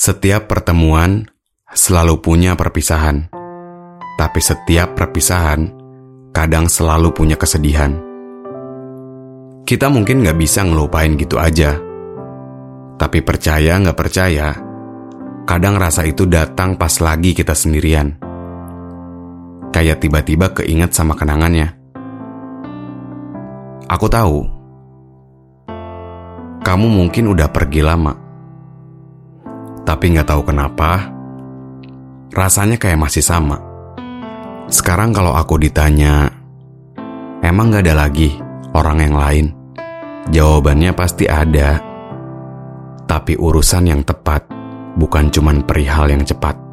Setiap pertemuan selalu punya perpisahan, tapi setiap perpisahan kadang selalu punya kesedihan. Kita mungkin gak bisa ngelupain gitu aja, tapi percaya gak percaya, kadang rasa itu datang pas lagi kita sendirian. Kayak tiba-tiba keinget sama kenangannya. Aku tahu, kamu mungkin udah pergi lama, tapi gak tahu kenapa, rasanya kayak masih sama. Sekarang kalau aku ditanya, emang gak ada lagi orang yang lain? Jawabannya pasti ada. Tapi urusan yang tepat bukan cuman perihal yang cepat.